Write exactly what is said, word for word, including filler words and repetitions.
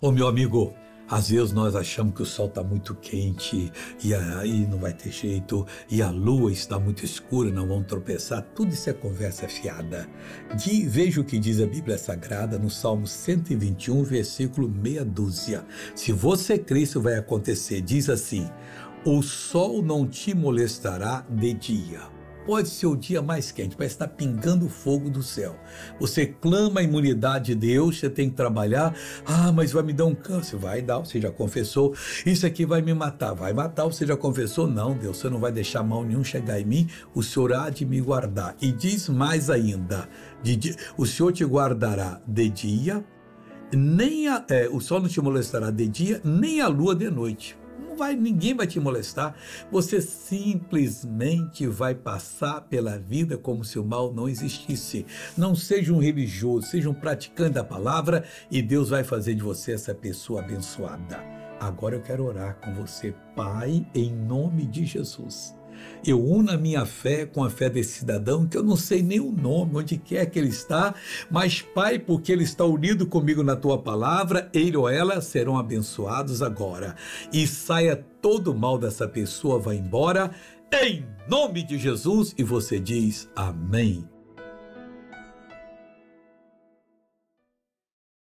Ô meu amigo, às vezes nós achamos que o sol está muito quente e aí não vai ter jeito, e a lua está muito escura, não vamos tropeçar. Tudo isso é conversa fiada. De, veja o que diz a Bíblia Sagrada no Salmo cento e vinte e um, versículo meia dúzia. Se você crê, isso vai acontecer. Diz assim: o sol não te molestará de dia. Pode ser o dia mais quente, vai estar pingando fogo do céu. Você clama a imunidade de Deus, você tem que trabalhar. Ah, mas vai me dar um câncer. Vai dar, você já confessou. Isso aqui vai me matar. Vai matar, você já confessou. Não, Deus, você não vai deixar mal nenhum chegar em mim. O Senhor há de me guardar. E diz mais ainda, de dia, o Senhor te guardará de dia, nem a, é, o sol não te molestará de dia, nem a lua de noite. Não vai, ninguém vai te molestar. Você simplesmente vai passar pela vida como se o mal não existisse. Não seja um religioso, seja um praticante da palavra, e Deus vai fazer de você essa pessoa abençoada. Agora eu quero orar com você. Pai, em nome de Jesus, eu uno a minha fé com a fé desse cidadão, que eu não sei nem o nome, onde quer que ele está, mas Pai, porque ele está unido comigo na tua palavra, ele ou ela serão abençoados agora, e saia todo o mal dessa pessoa, vá embora, em nome de Jesus, e você diz amém.